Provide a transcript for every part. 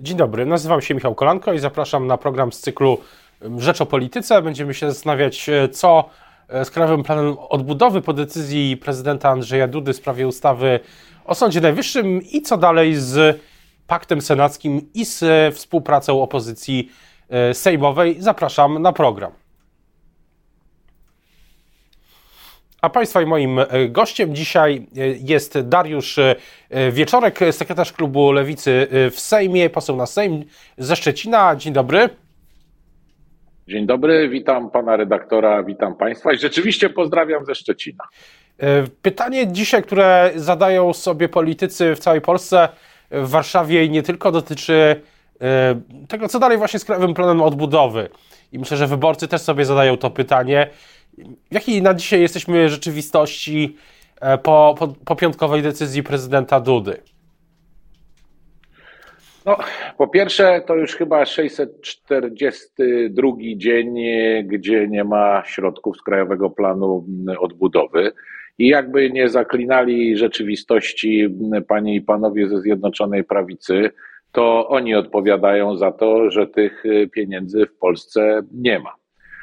Dzień dobry, nazywam się Michał Kolanko i zapraszam na program z cyklu Rzecz o Polityce. Będziemy się zastanawiać, co z Krajowym Planem Odbudowy po decyzji prezydenta Andrzeja Dudy w sprawie ustawy o Sądzie Najwyższym i co dalej z paktem senackim i z współpracą opozycji sejmowej. Zapraszam na program. A Państwa i moim gościem dzisiaj jest Dariusz Wieczorek, sekretarz klubu Lewicy w Sejmie, poseł na Sejm ze Szczecina. Dzień dobry. Dzień dobry, witam pana redaktora, witam państwa i rzeczywiście pozdrawiam ze Szczecina. Pytanie dzisiaj, które zadają sobie politycy w całej Polsce, w Warszawie i nie tylko, dotyczy tego, co dalej właśnie z Krajowym Planem Odbudowy. I myślę, że wyborcy też sobie zadają to pytanie. W jakiej na dzisiaj jesteśmy rzeczywistości po piątkowej decyzji prezydenta Dudy? No, po pierwsze, to już chyba 642 dzień, gdzie nie ma środków z Krajowego Planu Odbudowy. I jakby nie zaklinali rzeczywistości panie i panowie ze Zjednoczonej Prawicy, to oni odpowiadają za to, że tych pieniędzy w Polsce nie ma.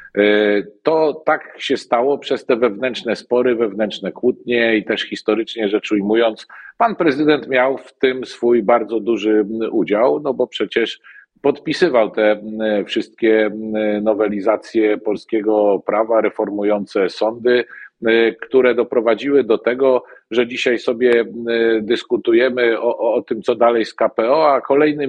To tak się stało przez te wewnętrzne spory, wewnętrzne kłótnie i też historycznie rzecz ujmując, pan prezydent miał w tym swój bardzo duży udział, no bo przecież podpisywał te wszystkie nowelizacje polskiego prawa reformujące sądy, które doprowadziły do tego, że dzisiaj sobie dyskutujemy o tym, co dalej z KPO, a kolejny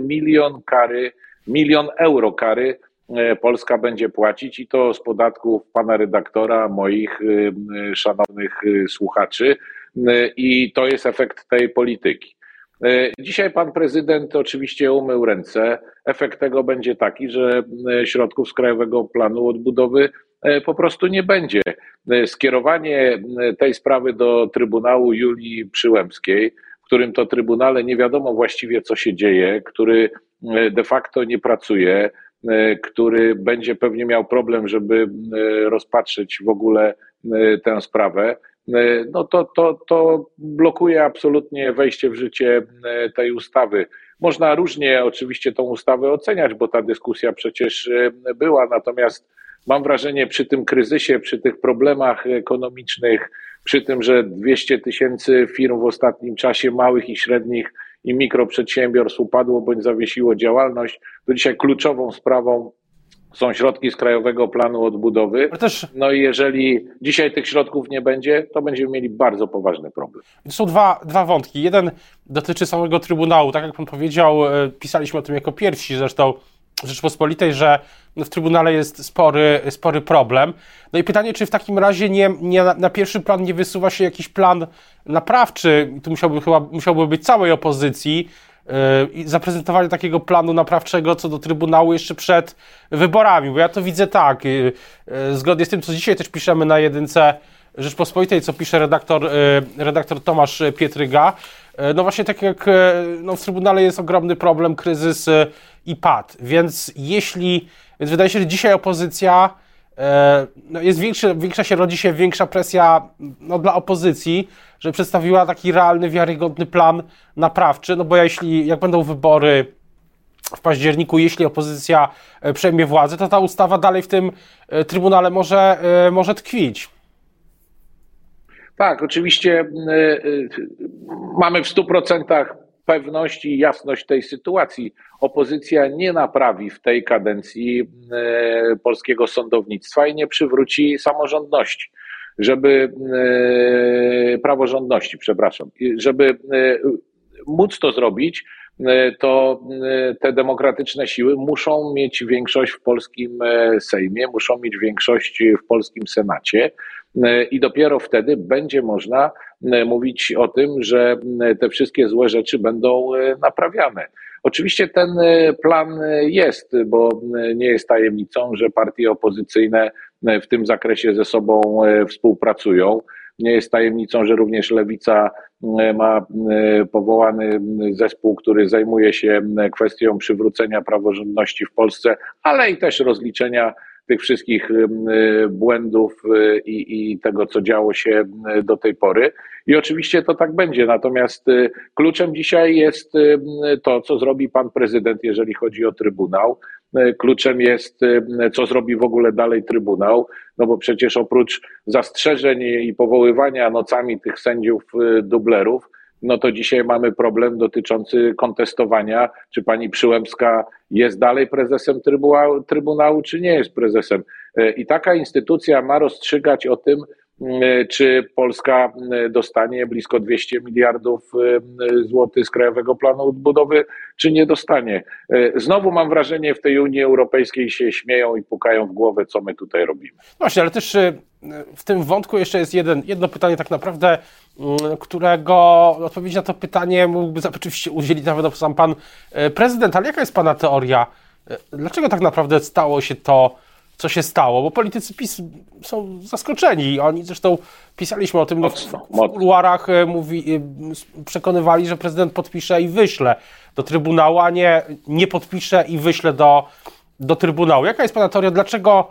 milion euro kary Polska będzie płacić i to z podatków pana redaktora, moich szanownych słuchaczy, i to jest efekt tej polityki. Dzisiaj pan prezydent oczywiście umył ręce. Efekt tego będzie taki, że środków z Krajowego Planu Odbudowy po prostu nie będzie. Skierowanie tej sprawy do Trybunału Julii Przyłębskiej, w którym to Trybunale nie wiadomo właściwie co się dzieje, który de facto nie pracuje, który będzie pewnie miał problem, żeby rozpatrzeć w ogóle tę sprawę, no to blokuje absolutnie wejście w życie tej ustawy. Można różnie oczywiście tą ustawę oceniać, bo ta dyskusja przecież była, natomiast mam wrażenie przy tym kryzysie, przy tych problemach ekonomicznych, przy tym, że 200 000 firm w ostatnim czasie, małych i średnich i mikroprzedsiębiorstw upadło bądź zawiesiło działalność, to dzisiaj kluczową sprawą są środki z Krajowego Planu Odbudowy. No i jeżeli dzisiaj tych środków nie będzie, to będziemy mieli bardzo poważny problem. To są dwa wątki. Jeden dotyczy samego Trybunału. Tak jak pan powiedział, pisaliśmy o tym jako pierwsi zresztą Rzeczpospolitej, że w Trybunale jest spory problem. No i pytanie, czy w takim razie nie na pierwszy plan nie wysuwa się jakiś plan naprawczy, tu musiałby być całej opozycji, i zaprezentowanie takiego planu naprawczego co do Trybunału jeszcze przed wyborami, bo ja to widzę tak, zgodnie z tym, co dzisiaj też piszemy na jedynce Rzeczpospolitej, co pisze redaktor Tomasz Pietryga, no właśnie tak jak w Trybunale jest ogromny problem, kryzys i pad, więc wydaje się, że dzisiaj opozycja rodzi się większa presja dla opozycji, że przedstawiła taki realny, wiarygodny plan naprawczy, no bo jak będą wybory w październiku, jeśli opozycja przejmie władzę, to ta ustawa dalej w tym Trybunale może tkwić. Tak, oczywiście mamy w 100% pewność i jasność tej sytuacji. Opozycja nie naprawi w tej kadencji polskiego sądownictwa i nie przywróci praworządności, przepraszam. Żeby móc to zrobić, to te demokratyczne siły muszą mieć większość w polskim Sejmie, muszą mieć większość w polskim Senacie i dopiero wtedy będzie można mówić o tym, że te wszystkie złe rzeczy będą naprawiane. Oczywiście ten plan jest, bo nie jest tajemnicą, że partie opozycyjne w tym zakresie ze sobą współpracują. Nie jest tajemnicą, że również Lewica ma powołany zespół, który zajmuje się kwestią przywrócenia praworządności w Polsce, ale i też rozliczenia tych wszystkich błędów i tego, co działo się do tej pory. i oczywiście to tak będzie. Natomiast kluczem dzisiaj jest to, co zrobi pan prezydent, jeżeli chodzi o Trybunał. Kluczem jest, co zrobi w ogóle dalej Trybunał, no bo przecież oprócz zastrzeżeń i powoływania nocami tych sędziów dublerów, no to dzisiaj mamy problem dotyczący kontestowania, czy pani Przyłębska jest dalej prezesem Trybunału, czy nie jest prezesem. I taka instytucja ma rozstrzygać o tym, czy Polska dostanie blisko 200 miliardów złotych z Krajowego Planu Odbudowy, czy nie dostanie. Znowu mam wrażenie, w tej Unii Europejskiej się śmieją i pukają w głowę, co my tutaj robimy. Właśnie, ale też w tym wątku jeszcze jest jedno pytanie tak naprawdę, którego odpowiedzi na to pytanie mógłby oczywiście udzielić nawet sam pan prezydent, ale jaka jest pana teoria? Dlaczego tak naprawdę stało się to, co się stało? Bo politycy PiS są zaskoczeni. Oni zresztą pisaliśmy o tym w kuluarach, przekonywali, że prezydent podpisze i wyśle do Trybunału, a nie podpisze i wyśle do Trybunału. Jaka jest pana teoria? Dlaczego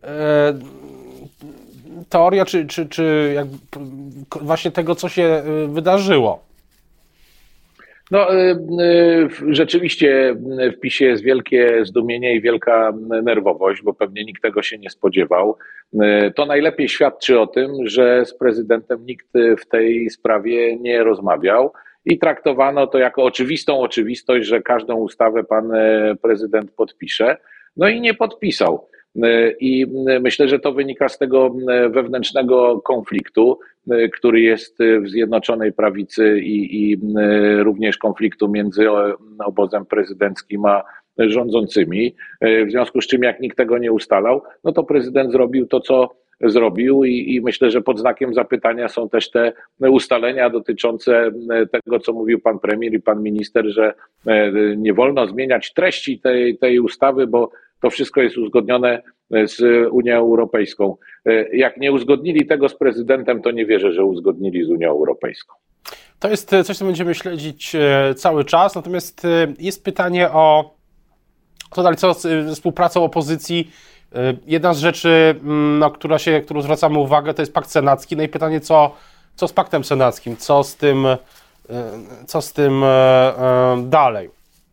teoria, czy jakby właśnie tego, co się wydarzyło? No, rzeczywiście w PiS-ie jest wielkie zdumienie i wielka nerwowość, bo pewnie nikt tego się nie spodziewał. To najlepiej świadczy o tym, że z prezydentem nikt w tej sprawie nie rozmawiał i traktowano to jako oczywistą oczywistość, że każdą ustawę pan prezydent podpisze. No i nie podpisał. I myślę, że to wynika z tego wewnętrznego konfliktu, który jest w Zjednoczonej Prawicy i również konfliktu między obozem prezydenckim a rządzącymi. W związku z czym, jak nikt tego nie ustalał, no to prezydent zrobił to, co zrobił i myślę, że pod znakiem zapytania są też te ustalenia dotyczące tego, co mówił pan premier i pan minister, że nie wolno zmieniać treści tej ustawy, bo to wszystko jest uzgodnione z Unią Europejską. Jak nie uzgodnili tego z prezydentem, to nie wierzę, że uzgodnili z Unią Europejską. To jest coś, co będziemy śledzić cały czas, natomiast jest pytanie o to dalej, co z współpracą opozycji. Jedna z rzeczy, na którą zwracamy uwagę, to jest pakt senacki. No i pytanie, co z paktem senackim, co z tym dalej?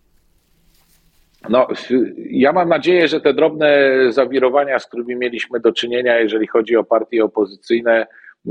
No, ja mam nadzieję, że te drobne zawirowania, z którymi mieliśmy do czynienia, jeżeli chodzi o partie opozycyjne,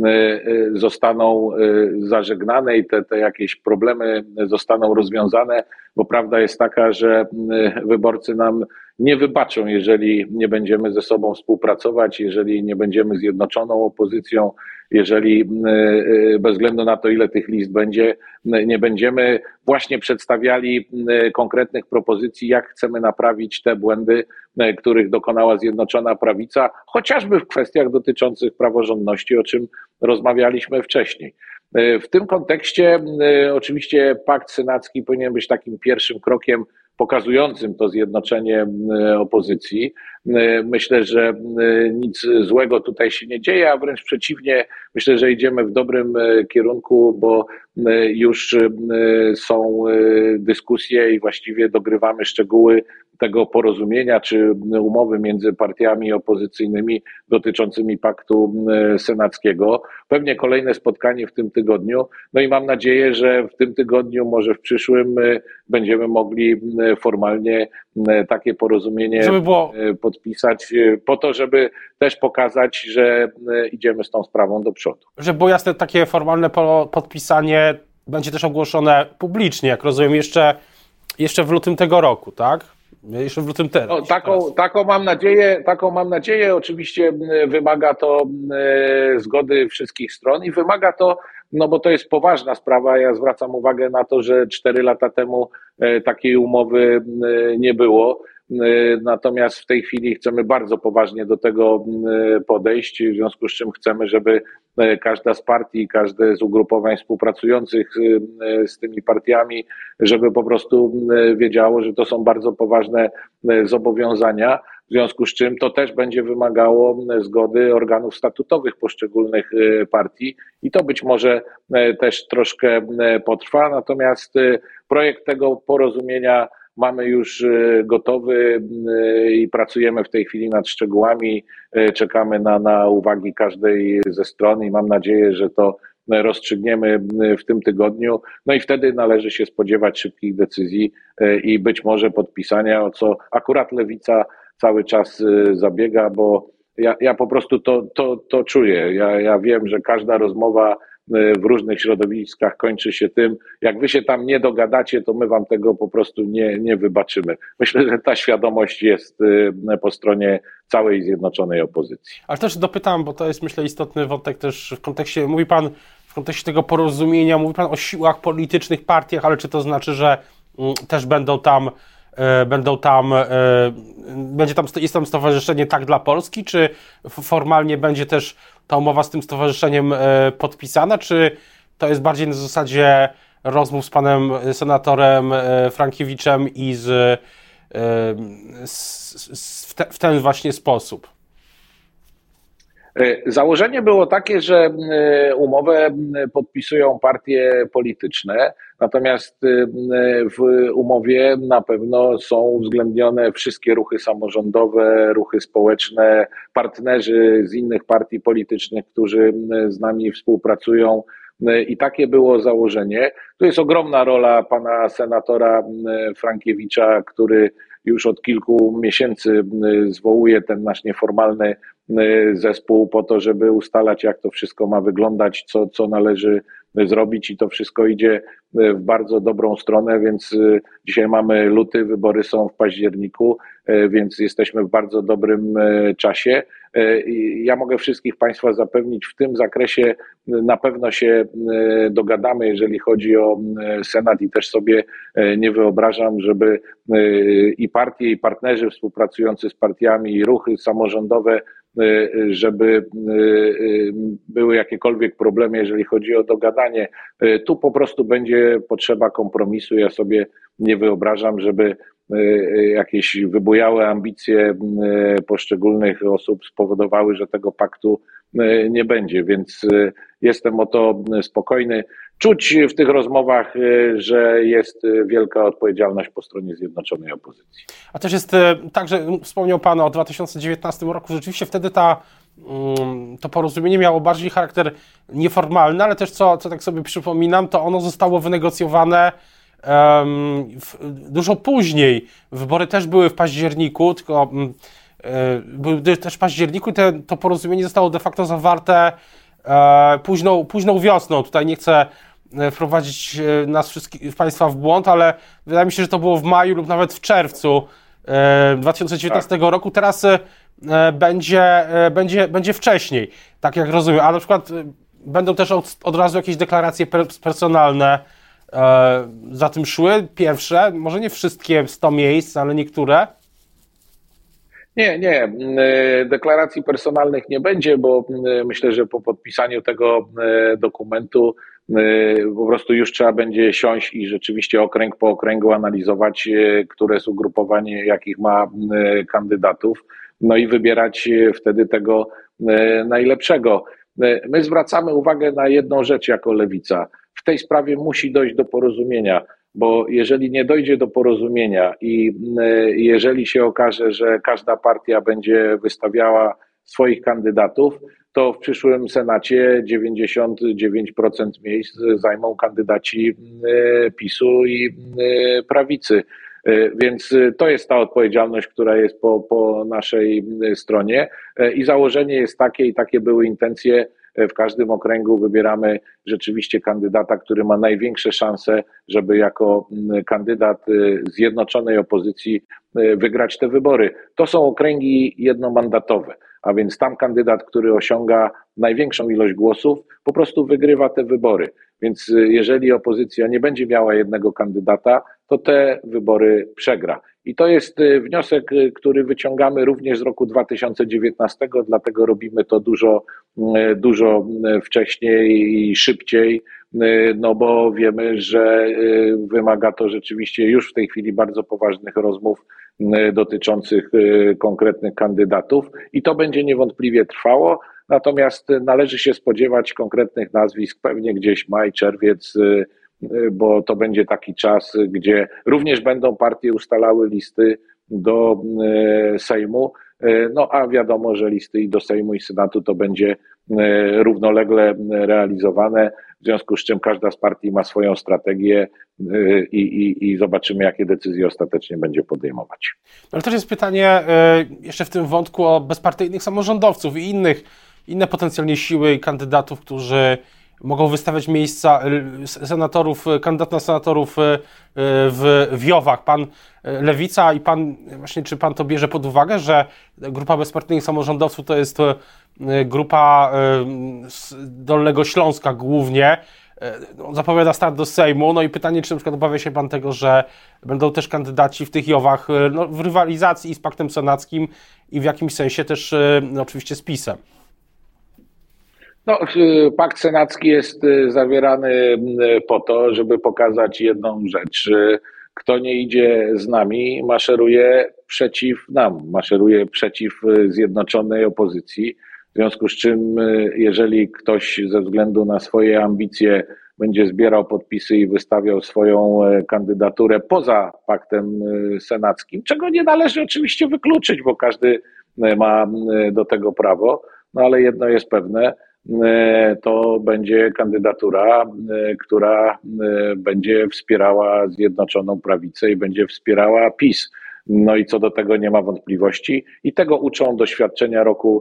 zostaną zażegnane i te jakieś problemy zostaną rozwiązane, bo prawda jest taka, że wyborcy nam nie wybaczą, jeżeli nie będziemy ze sobą współpracować, jeżeli nie będziemy zjednoczoną opozycją, jeżeli bez względu na to, ile tych list będzie, nie będziemy właśnie przedstawiali konkretnych propozycji, jak chcemy naprawić te błędy, których dokonała Zjednoczona Prawica, chociażby w kwestiach dotyczących praworządności, o czym rozmawialiśmy wcześniej. W tym kontekście oczywiście pakt senacki powinien być takim pierwszym krokiem pokazującym to zjednoczenie opozycji. Myślę, że nic złego tutaj się nie dzieje, a wręcz przeciwnie, myślę, że idziemy w dobrym kierunku, bo już są dyskusje i właściwie dogrywamy szczegóły tego porozumienia czy umowy między partiami opozycyjnymi dotyczącymi paktu senackiego. Pewnie kolejne spotkanie w tym tygodniu. No i mam nadzieję, że w tym tygodniu, może w przyszłym, będziemy mogli formalnie takie porozumienie podpisać po to, żeby też pokazać, że idziemy z tą sprawą do przodu. Żeby było jasne, takie formalne podpisanie będzie też ogłoszone publicznie, jak rozumiem, jeszcze w lutym tego roku, tak? Jeszcze w lutym teraz. No, taką mam nadzieję. Oczywiście wymaga to zgody wszystkich stron i wymaga to, no bo to jest poważna sprawa. Ja zwracam uwagę na to, że 4 lata temu takiej umowy nie było. Natomiast w tej chwili chcemy bardzo poważnie do tego podejść, w związku z czym chcemy, żeby każda z partii, każde z ugrupowań współpracujących z tymi partiami, żeby po prostu wiedziało, że to są bardzo poważne zobowiązania, w związku z czym to też będzie wymagało zgody organów statutowych poszczególnych partii i to być może też troszkę potrwa, natomiast projekt tego porozumienia mamy już gotowy i pracujemy w tej chwili nad szczegółami. Czekamy na uwagi każdej ze stron i mam nadzieję, że to rozstrzygniemy w tym tygodniu, no i wtedy należy się spodziewać szybkich decyzji i być może podpisania, o co akurat Lewica cały czas zabiega, bo ja po prostu to czuję. Ja wiem, że każda rozmowa w różnych środowiskach kończy się tym, jak wy się tam nie dogadacie, to my wam tego po prostu nie wybaczymy. Myślę, że ta świadomość jest po stronie całej zjednoczonej opozycji. Ale też dopytam, bo to jest, myślę, istotny wątek też w kontekście, mówi pan w kontekście tego porozumienia, mówi pan o siłach politycznych, partiach, ale czy to znaczy, że też jest tam stowarzyszenie Tak dla Polski, czy formalnie będzie też ta umowa z tym stowarzyszeniem podpisana, czy to jest bardziej na zasadzie rozmów z panem senatorem Frankiewiczem i w ten właśnie sposób? Założenie było takie, że umowę podpisują partie polityczne, natomiast w umowie na pewno są uwzględnione wszystkie ruchy samorządowe, ruchy społeczne, partnerzy z innych partii politycznych, którzy z nami współpracują. I takie było założenie. Tu jest ogromna rola pana senatora Frankiewicza, który już od kilku miesięcy zwołuje ten nasz nieformalny zespół po to, żeby ustalać, jak to wszystko ma wyglądać, co należy zrobić, i to wszystko idzie w bardzo dobrą stronę, więc dzisiaj mamy luty, wybory są w październiku, więc jesteśmy w bardzo dobrym czasie. Ja mogę wszystkich państwa zapewnić, w tym zakresie na pewno się dogadamy, jeżeli chodzi o Senat, i też sobie nie wyobrażam, żeby i partie, i partnerzy współpracujący z partiami, i ruchy samorządowe, żeby były jakiekolwiek problemy, jeżeli chodzi o dogadanie. Tu po prostu będzie potrzeba kompromisu. Ja sobie nie wyobrażam, żeby jakieś wybujałe ambicje poszczególnych osób spowodowały, że tego paktu nie będzie, więc jestem o to spokojny. Czuć w tych rozmowach, że jest wielka odpowiedzialność po stronie zjednoczonej opozycji. A też jest tak, że wspomniał pan o 2019 roku, rzeczywiście wtedy to porozumienie miało bardziej charakter nieformalny, ale też co tak sobie przypominam, to ono zostało wynegocjowane dużo później. Wybory też były w październiku, tylko były też w październiku i to porozumienie zostało de facto zawarte późną wiosną. Tutaj nie chcę wprowadzić nas wszystkich, państwa w błąd, ale wydaje mi się, że to było w maju lub nawet w czerwcu 2019 roku. Teraz będzie wcześniej, tak jak rozumiem. A na przykład będą też od razu jakieś deklaracje personalne za tym szły, pierwsze, może nie wszystkie 100 miejsc, ale niektóre? Nie. Deklaracji personalnych nie będzie, bo myślę, że po podpisaniu tego dokumentu po prostu już trzeba będzie siąść i rzeczywiście okręg po okręgu analizować, które jest ugrupowanie, jakich ma kandydatów, no i wybierać wtedy tego najlepszego. My zwracamy uwagę na jedną rzecz jako Lewica. W tej sprawie musi dojść do porozumienia, bo jeżeli nie dojdzie do porozumienia i jeżeli się okaże, że każda partia będzie wystawiała swoich kandydatów, to w przyszłym Senacie 99% miejsc zajmą kandydaci PiS-u i prawicy. Więc to jest ta odpowiedzialność, która jest po naszej stronie, i założenie jest takie, i takie były intencje. W każdym okręgu wybieramy rzeczywiście kandydata, który ma największe szanse, żeby jako kandydat zjednoczonej opozycji wygrać te wybory. To są okręgi jednomandatowe, a więc tam kandydat, który osiąga największą ilość głosów, po prostu wygrywa te wybory. Więc jeżeli opozycja nie będzie miała jednego kandydata, to te wybory przegra. I to jest wniosek, który wyciągamy również z roku 2019, dlatego robimy to dużo wcześniej i szybciej, no bo wiemy, że wymaga to rzeczywiście już w tej chwili bardzo poważnych rozmów dotyczących konkretnych kandydatów, i to będzie niewątpliwie trwało. Natomiast należy się spodziewać konkretnych nazwisk pewnie gdzieś maj, czerwiec, bo to będzie taki czas, gdzie również będą partie ustalały listy do Sejmu. No a wiadomo, że listy i do Sejmu i Senatu to będzie równolegle realizowane, w związku z czym każda z partii ma swoją strategię i zobaczymy, jakie decyzje ostatecznie będzie podejmować. Ale też jest pytanie jeszcze w tym wątku o bezpartyjnych samorządowców i inne potencjalnie siły i kandydatów, którzy mogą wystawiać miejsca senatorów, kandydat na senatorów w Jowach. Pan Lewica i pan, właśnie czy pan to bierze pod uwagę, że grupa bezpartyjnych samorządowców to jest grupa z Dolnego Śląska głównie, zapowiada start do Sejmu, no i pytanie, czy na przykład obawia się pan tego, że będą też kandydaci w tych Jowach w rywalizacji z Paktem Senackim i w jakimś sensie też oczywiście z PiS-em. No, Pakt Senacki jest zawierany po to, żeby pokazać jedną rzecz. Kto nie idzie z nami, maszeruje przeciw nam, maszeruje przeciw zjednoczonej opozycji. W związku z czym, jeżeli ktoś ze względu na swoje ambicje będzie zbierał podpisy i wystawiał swoją kandydaturę poza Paktem Senackim, czego nie należy oczywiście wykluczyć, bo każdy ma do tego prawo, no ale jedno jest pewne, to będzie kandydatura, która będzie wspierała Zjednoczoną Prawicę i będzie wspierała PiS. No i co do tego nie ma wątpliwości i tego uczą doświadczenia roku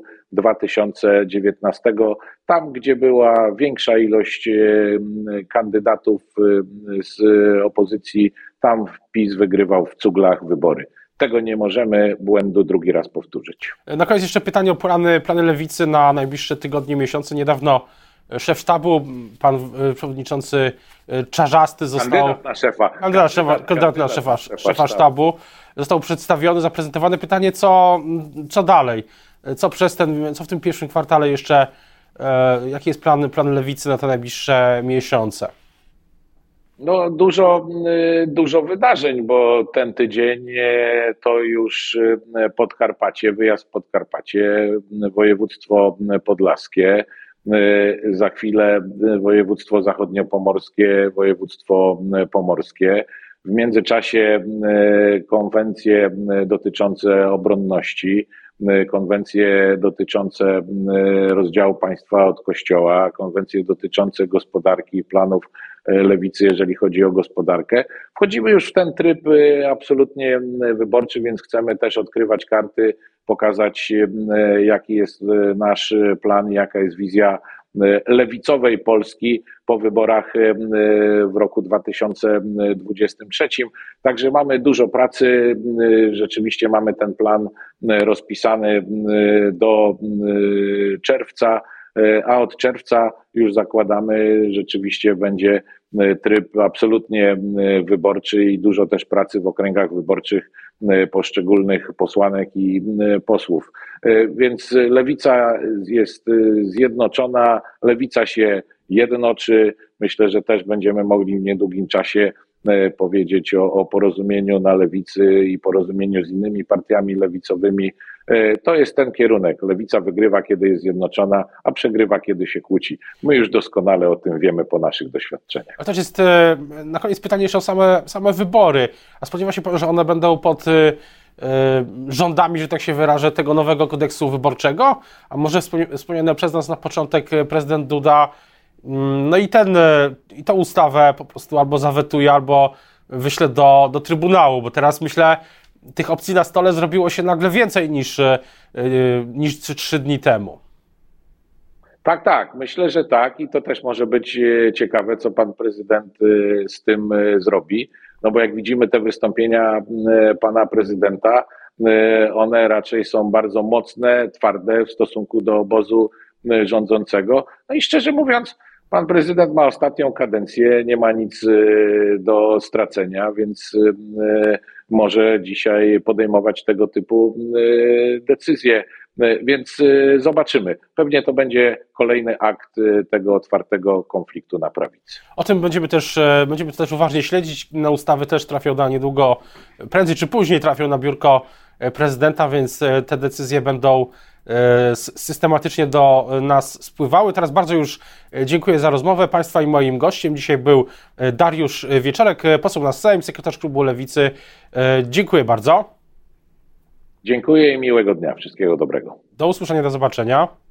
2019. Tam, gdzie była większa ilość kandydatów z opozycji, tam PiS wygrywał w cuglach wybory. Tego nie możemy błędu drugi raz powtórzyć. Na koniec jeszcze pytanie o plany Lewicy na najbliższe tygodnie, miesiące. Niedawno szef sztabu, pan przewodniczący Czarzasty został... Kandydat na szefa sztabu został przedstawiony, zaprezentowany. Pytanie, co dalej? Co w tym pierwszym kwartale jeszcze, jaki jest plan Lewicy na te najbliższe miesiące? No, dużo wydarzeń, bo ten tydzień to już Podkarpacie, wyjazd w Podkarpacie, województwo podlaskie, za chwilę województwo zachodniopomorskie, województwo pomorskie. W międzyczasie konwencje dotyczące obronności, konwencje dotyczące rozdziału państwa od kościoła, konwencje dotyczące gospodarki i planów Lewicy, jeżeli chodzi o gospodarkę. Wchodzimy już w ten tryb absolutnie wyborczy, więc chcemy też odkrywać karty, pokazać, jaki jest nasz plan, jaka jest wizja lewicowej Polski po wyborach w roku 2023. Także mamy dużo pracy, rzeczywiście mamy ten plan rozpisany do czerwca, a od czerwca już zakładamy, rzeczywiście będzie tryb absolutnie wyborczy i dużo też pracy w okręgach wyborczych poszczególnych posłanek i posłów. Więc Lewica jest zjednoczona, Lewica się jednoczy. Myślę, że też będziemy mogli w niedługim czasie powiedzieć o porozumieniu na lewicy i porozumieniu z innymi partiami lewicowymi. To jest ten kierunek. Lewica wygrywa, kiedy jest zjednoczona, a przegrywa, kiedy się kłóci. My już doskonale o tym wiemy po naszych doświadczeniach. A to jest na koniec pytanie jeszcze o same wybory. A spodziewa się pan, że one będą pod rządami, że tak się wyrażę, tego nowego kodeksu wyborczego? A może wspomniany przez nas na początek prezydent Duda no i tę ustawę po prostu albo zawetuje, albo wyśle do Trybunału, bo teraz myślę, tych opcji na stole zrobiło się nagle więcej niż 3 dni temu. Tak, myślę, że tak i to też może być ciekawe, co pan prezydent z tym zrobi, no bo jak widzimy te wystąpienia pana prezydenta, one raczej są bardzo mocne, twarde w stosunku do obozu rządzącego. No i szczerze mówiąc, pan prezydent ma ostatnią kadencję, nie ma nic do stracenia, więc może dzisiaj podejmować tego typu decyzje. Więc zobaczymy. Pewnie to będzie kolejny akt tego otwartego konfliktu na prawicy. O tym będziemy to też uważnie śledzić. Na ustawy też trafią na niedługo, prędzej czy później trafią na biurko prezydenta, więc te decyzje będą systematycznie do nas spływały. Teraz bardzo już dziękuję za rozmowę Państwa i moim gościem. Dzisiaj był Dariusz Wieczorek, poseł na Sejm, sekretarz klubu Lewicy. Dziękuję bardzo. Dziękuję i miłego dnia. Wszystkiego dobrego. Do usłyszenia, do zobaczenia.